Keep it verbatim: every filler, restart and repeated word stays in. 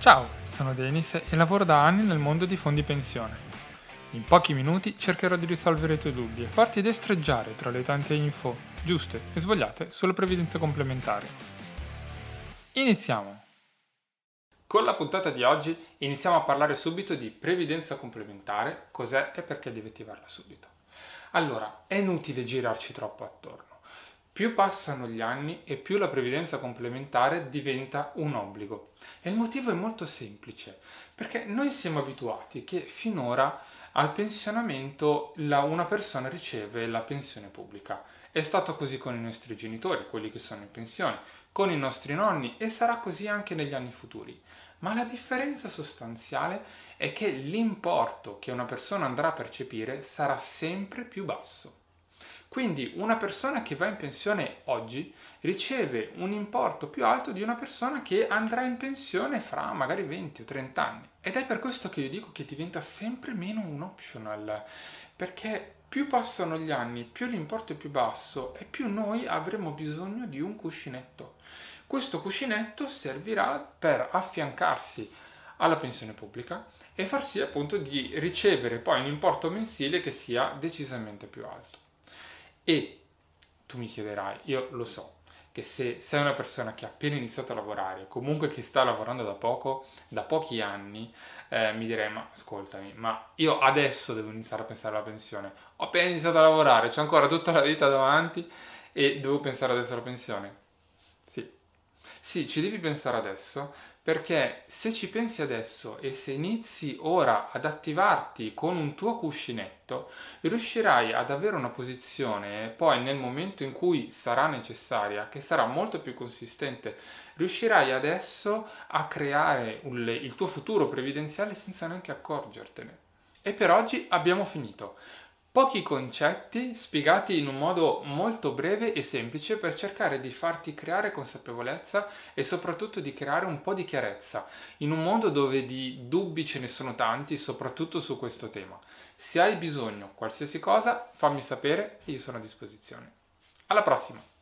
Ciao, sono Denis e lavoro da anni nel mondo di fondi pensione. In pochi minuti cercherò di risolvere i tuoi dubbi e farti destreggiare tra le tante info, giuste e sbagliate, sulla previdenza complementare. Iniziamo! Con la puntata di oggi iniziamo a parlare subito di previdenza complementare, cos'è e perché devi attivarla subito. Allora, è inutile girarci troppo attorno. Più passano gli anni e più la previdenza complementare diventa un obbligo. E il motivo è molto semplice, perché noi siamo abituati che finora al pensionamento la, una persona riceve la pensione pubblica. È stato così con i nostri genitori, quelli che sono in pensione, con i nostri nonni e sarà così anche negli anni futuri. Ma la differenza sostanziale è che l'importo che una persona andrà a percepire sarà sempre più basso. Quindi una persona che va in pensione oggi riceve un importo più alto di una persona che andrà in pensione fra magari venti o trenta anni. Ed è per questo che io dico che diventa sempre meno un optional, perché più passano gli anni, più l'importo è più basso e più noi avremo bisogno di un cuscinetto. Questo cuscinetto servirà per affiancarsi alla pensione pubblica e far sì appunto di ricevere poi un importo mensile che sia decisamente più alto. E tu mi chiederai, io lo so, che se sei una persona che ha appena iniziato a lavorare, comunque che sta lavorando da poco, da pochi anni, eh, mi direi, ma ascoltami, ma io adesso devo iniziare a pensare alla pensione. Ho appena iniziato a lavorare, c'ho ancora tutta la vita davanti e devo pensare adesso alla pensione? Sì. Sì, ci devi pensare adesso, perché se ci pensi adesso e se inizi ora ad attivarti con un tuo cuscinetto, riuscirai ad avere una posizione poi nel momento in cui sarà necessaria, che sarà molto più consistente. Riuscirai adesso a creare un- il tuo futuro previdenziale senza neanche accorgertene. E per oggi abbiamo finito. Pochi concetti spiegati in un modo molto breve e semplice per cercare di farti creare consapevolezza e soprattutto di creare un po' di chiarezza in un mondo dove di dubbi ce ne sono tanti, soprattutto su questo tema. Se hai bisogno, qualsiasi cosa, fammi sapere e io sono a disposizione. Alla prossima!